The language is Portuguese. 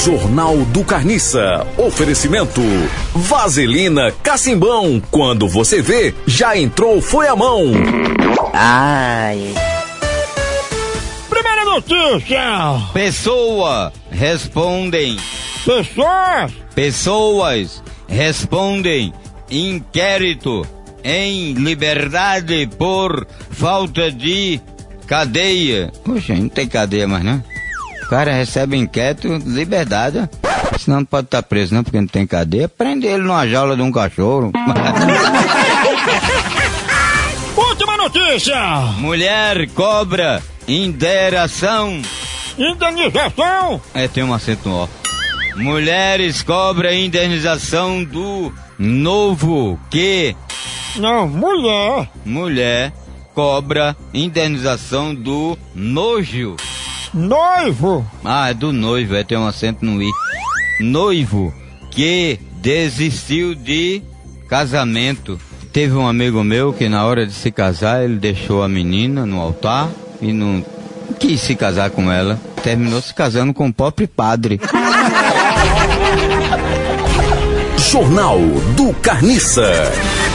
Jornal do Carniça. Oferecimento Vaselina Cacimbão. Quando você vê, já entrou, foi a mão. Ai. Primeira notícia. Pessoas respondem inquérito em liberdade por falta de cadeia. Poxa, não tem cadeia mais, não? O cara recebe inquérito, liberdade. Senão não pode estar preso, não, porque não tem cadeia. Prende ele numa jaula de um cachorro. Última notícia. Mulher cobra indenização. Indenização? Tem um acento no ó. Mulheres cobram indenização do novo que... Não, mulher. Mulher cobra indenização do nojo. Noivo. É do noivo, tem um acento no i. Noivo que desistiu de casamento. Teve um amigo meu que na hora de se casar, ele deixou a menina no altar e não quis se casar com ela. Terminou se casando com o próprio padre. Jornal do Carniça.